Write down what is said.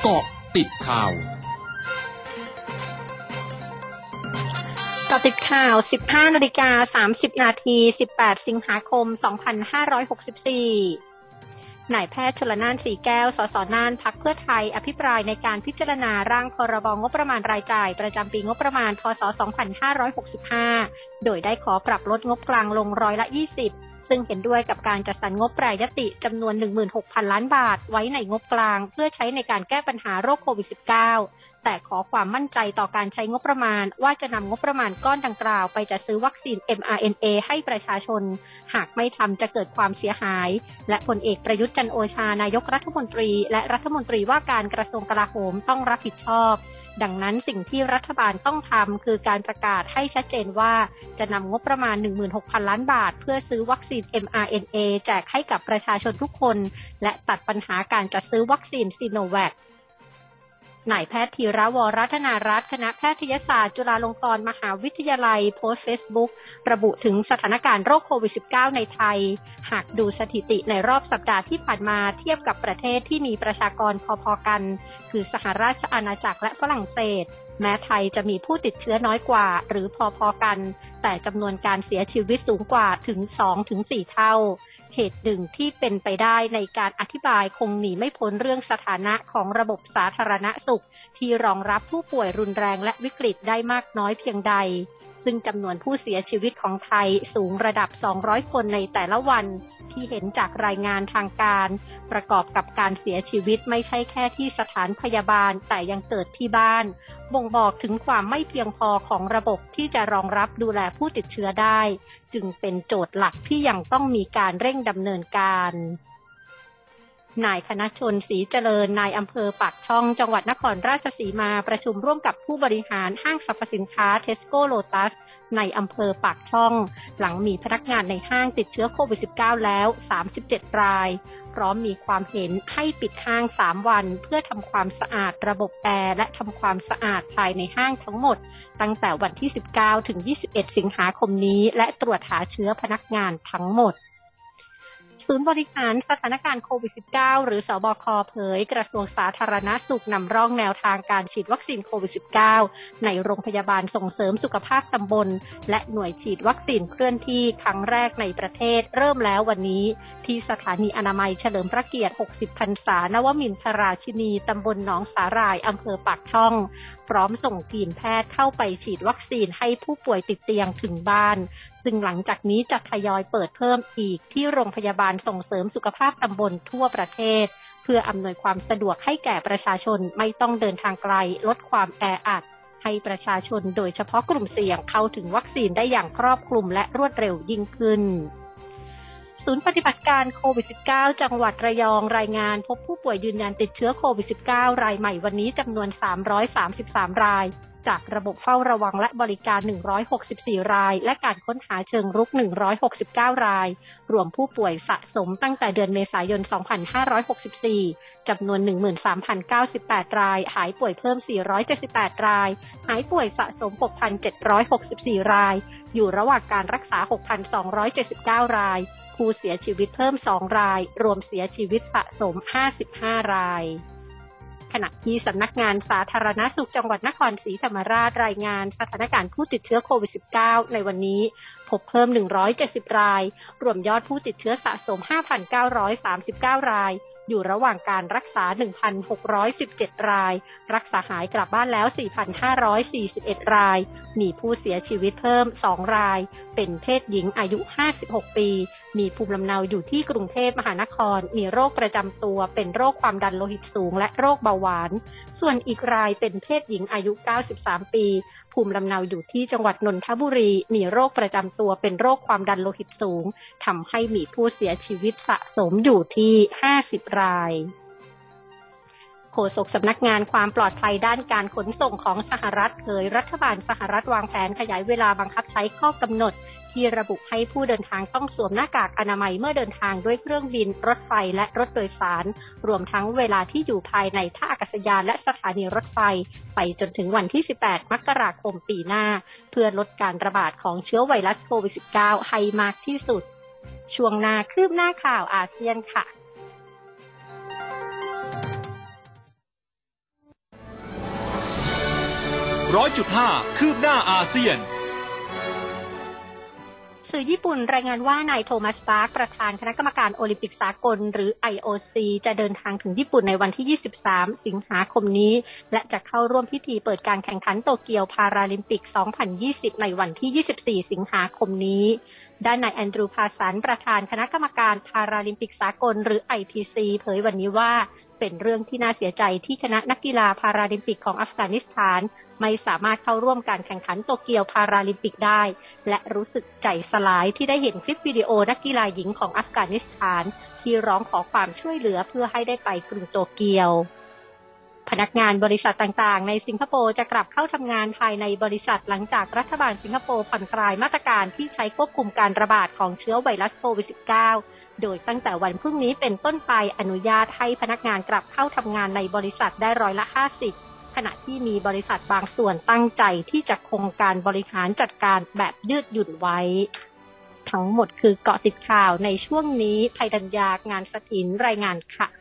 เกาะติดข่าว 15:30 นาที 18 สิงหาคม 2564 นายแพทย์ชลน่าน สีแก้ว สส น่าน พรรคเพื่อไทย อภิปรายในการพิจารณาร่างพรบงบประมาณรายจ่ายประจำปีงบประมาณ พ.ศ. 2565 โดยได้ขอปรับลดงบกลางลง20%ซึ่งเห็นด้วยกับการจัดสรรงบแปรยติจำนวน 16,000 ล้านบาทไว้ในงบกลางเพื่อใช้ในการแก้ปัญหาโรคโควิด -19 แต่ขอความมั่นใจต่อการใช้งบประมาณว่าจะนำงบประมาณก้อนดังกล่าวไปจัดซื้อวัคซีน mRNA ให้ประชาชนหากไม่ทำจะเกิดความเสียหายและพลเอกประยุทธ์จันทร์โอชานายกรัฐมนตรีและรัฐมนตรีว่าการกระทรวงกลาโหมต้องรับผิดชอบดังนั้นสิ่งที่รัฐบาลต้องทำคือการประกาศให้ชัดเจนว่าจะนำงบประมาณ 16,000 ล้านบาทเพื่อซื้อวัคซีน mRNA แจกให้กับประชาชนทุกคนและตัดปัญหาการจัดซื้อวัคซีนซิโนแวคนายแพทย์ธีระ วรธนารัตน์คณะแพทยศาสตร์จุฬาลงกรณ์มหาวิทยาลัยโพสต์เฟซบุ๊กระบุถึงสถานการณ์โรคโควิด -19 ในไทยหากดูสถิติในรอบสัปดาห์ที่ผ่านมาเทียบกับประเทศที่มีประชากรพอๆกันคือสหราชอาณาจักรและฝรั่งเศสแม้ไทยจะมีผู้ติดเชื้อน้อยกว่าหรือพอๆกันแต่จำนวนการเสียชีวิตสูงกว่าถึง 2-4 เท่าเหตุหนึ่งที่เป็นไปได้ในการอธิบายคงหนีไม่พ้นเรื่องสถานะของระบบสาธารณสุขที่รองรับผู้ป่วยรุนแรงและวิกฤตได้มากน้อยเพียงใดซึ่งจำนวนผู้เสียชีวิตของไทยสูงระดับ200คนในแต่ละวันที่เห็นจากรายงานทางการประกอบกับการเสียชีวิตไม่ใช่แค่ที่สถานพยาบาลแต่ยังเกิดที่บ้านบ่งบอกถึงความไม่เพียงพอของระบบที่จะรองรับดูแลผู้ติดเชื้อได้จึงเป็นโจทย์หลักที่ยังต้องมีการเร่งดำเนินการนายคณชน ศรีเจริญนายอำเภอปากช่องจังหวัดนครราชสีมาประชุมร่วมกับผู้บริหารห้างสรรพสินค้าเทสโก้โลตัสในอำเภอปากช่องหลังมีพนักงานในห้างติดเชื้อโควิด -19 แล้ว37 รายพร้อมมีความเห็นให้ปิดห้าง3วันเพื่อทำความสะอาดระบบแอร์และทำความสะอาดภายในห้างทั้งหมดตั้งแต่วันที่19ถึง21สิงหาคมนี้และตรวจหาเชื้อพนักงานทั้งหมดศูนย์บริหารสถานการณ์โควิด -19 หรือสบคเผยกระทรวงสาธารณสุขนำร่องแนวทางการฉีดวัคซีนโควิด -19 ในโรงพยาบาลส่งเสริมสุขภาพตำบลและหน่วยฉีดวัคซีนเคลื่อนที่ครั้งแรกในประเทศเริ่มแล้ววันนี้ที่สถานีอนามัยเฉลิมพระเกียรติ60พรรษานวมินทราชินีตำบลหนองสาหร่ายอำเภอปากช่องพร้อมส่งทีมแพทย์เข้าไปฉีดวัคซีนให้ผู้ป่วยติดเตียงถึงบ้านซึ่งหลังจากนี้จะทยอยเปิดเพิ่มอีกที่โรงพยาบาลส่งเสริมสุขภาพตำบลทั่วประเทศเพื่ออำนวยความสะดวกให้แก่ประชาชนไม่ต้องเดินทางไกลลดความแออัดให้ประชาชนโดยเฉพาะกลุ่มเสี่ยงเข้าถึงวัคซีนได้อย่างครอบคลุมและรวดเร็วยิ่งขึ้นศูนย์ปฏิบัติการโควิด -19 จังหวัดระยองรายงานพบผู้ป่วยยืนยันติดเชื้อโควิด -19 รายใหม่วันนี้จำนวน333รายจากระบบเฝ้าระวังและบริการ164รายและการค้นหาเชิงรุก169รายรวมผู้ป่วยสะสมตั้งแต่เดือนเมษายน2564จำนวน 13,098 รายหายป่วยเพิ่ม478รายหายป่วยสะสม 6,764 รายอยู่ระหว่างการรักษา 6,279 รายผู้เสียชีวิตเพิ่ม2รายรวมเสียชีวิตสะสม55รายขณะที่สำนักงานสาธารณสุขจังหวัดนครศรีธรรมราชรายงานสถานการณ์ผู้ติดเชื้อโควิด -19 ในวันนี้พบเพิ่ม170รายรวมยอดผู้ติดเชื้อสะสม 5,939 รายอยู่ระหว่างการรักษา 1,617 รายรักษาหายกลับบ้านแล้ว 4,541 รายมีผู้เสียชีวิตเพิ่ม2รายเป็นเพศหญิงอายุ56ปีมีภูมิลำเนาอยู่ที่กรุงเทพมหานครมีโรคประจำตัวเป็นโรคความดันโลหิตสูงและโรคเบาหวานส่วนอีกรายเป็นเพศหญิงอายุ93ปีภูมิลำเนาอยู่ที่จังหวัดนนทบุรีมีโรคประจำตัวเป็นโรคความดันโลหิตสูงทำให้มีผู้เสียชีวิตสะสมอยู่ที่50รายโฆษกสำนักงานความปลอดภัยด้านการขนส่งของสหรัฐเผยรัฐบาลสหรัฐวางแผนขยายเวลาบังคับใช้ข้อกำหนดที่ระบุให้ผู้เดินทางต้องสวมหน้ากากอนามัยเมื่อเดินทางด้วยเครื่องบินรถไฟและรถโดยสารรวมทั้งเวลาที่อยู่ภายในท่าอากาศยานและสถานีรถไฟไปจนถึงวันที่18มกราคมปีหน้าเพื่อลดการระบาดของเชื้อไวรัสโควิด -19 ให้มากที่สุดช่วงหน้าคืบหน้าข่าวอาเซียนค่ะ 100.5 คืบหน้าอาเซียนสื่อญี่ปุ่นรายงานว่านายโทมัส บาร์กประธานคณะกรรมการโอลิมปิกสากลหรือ IOC จะเดินทางถึงญี่ปุ่นในวันที่ 23 สิงหาคมนี้และจะเข้าร่วมพิธีเปิดการแข่งขันโตเกียวพาราลิมปิก 2020 ในวันที่ 24 สิงหาคมนี้ด้านนายแอนดรูว์ พาสันประธานคณะกรรมการพาราลิมปิกสากลหรือ IPC เผยวันนี้ว่าเป็นเรื่องที่น่าเสียใจที่คณะนักกีฬาพาราลิมปิกของอัฟกานิสถานไม่สามารถเข้าร่วมการแข่งขันโตเกียวพาราลิมปิกได้และรู้สึกใจสลายที่ได้เห็นคลิปวิดีโอนักกีฬาหญิงของอัฟกานิสถานที่ร้องขอความช่วยเหลือเพื่อให้ได้ไปกรุงโตเกียวพนักงานบริษัทต่างๆในสิงคโปร์จะกลับเข้าทำงานภายในบริษัทหลังจากรัฐบาลสิงคโปร์ผ่อนคลายมาตรการที่ใช้ควบคุมการระบาดของเชื้อไวรัสโควิด -19 โดยตั้งแต่วันพรุ่งนี้เป็นต้นไปอนุญาตให้พนักงานกลับเข้าทำงานในบริษัทได้50%ขณะที่มีบริษัทบางส่วนตั้งใจที่จะคงการบริหารจัดการแบบยืดหยุ่นไว้ทั้งหมดคือเกาะติดข่าวในช่วงนี้ภัยดัญญางานสถินรายงานค่ะ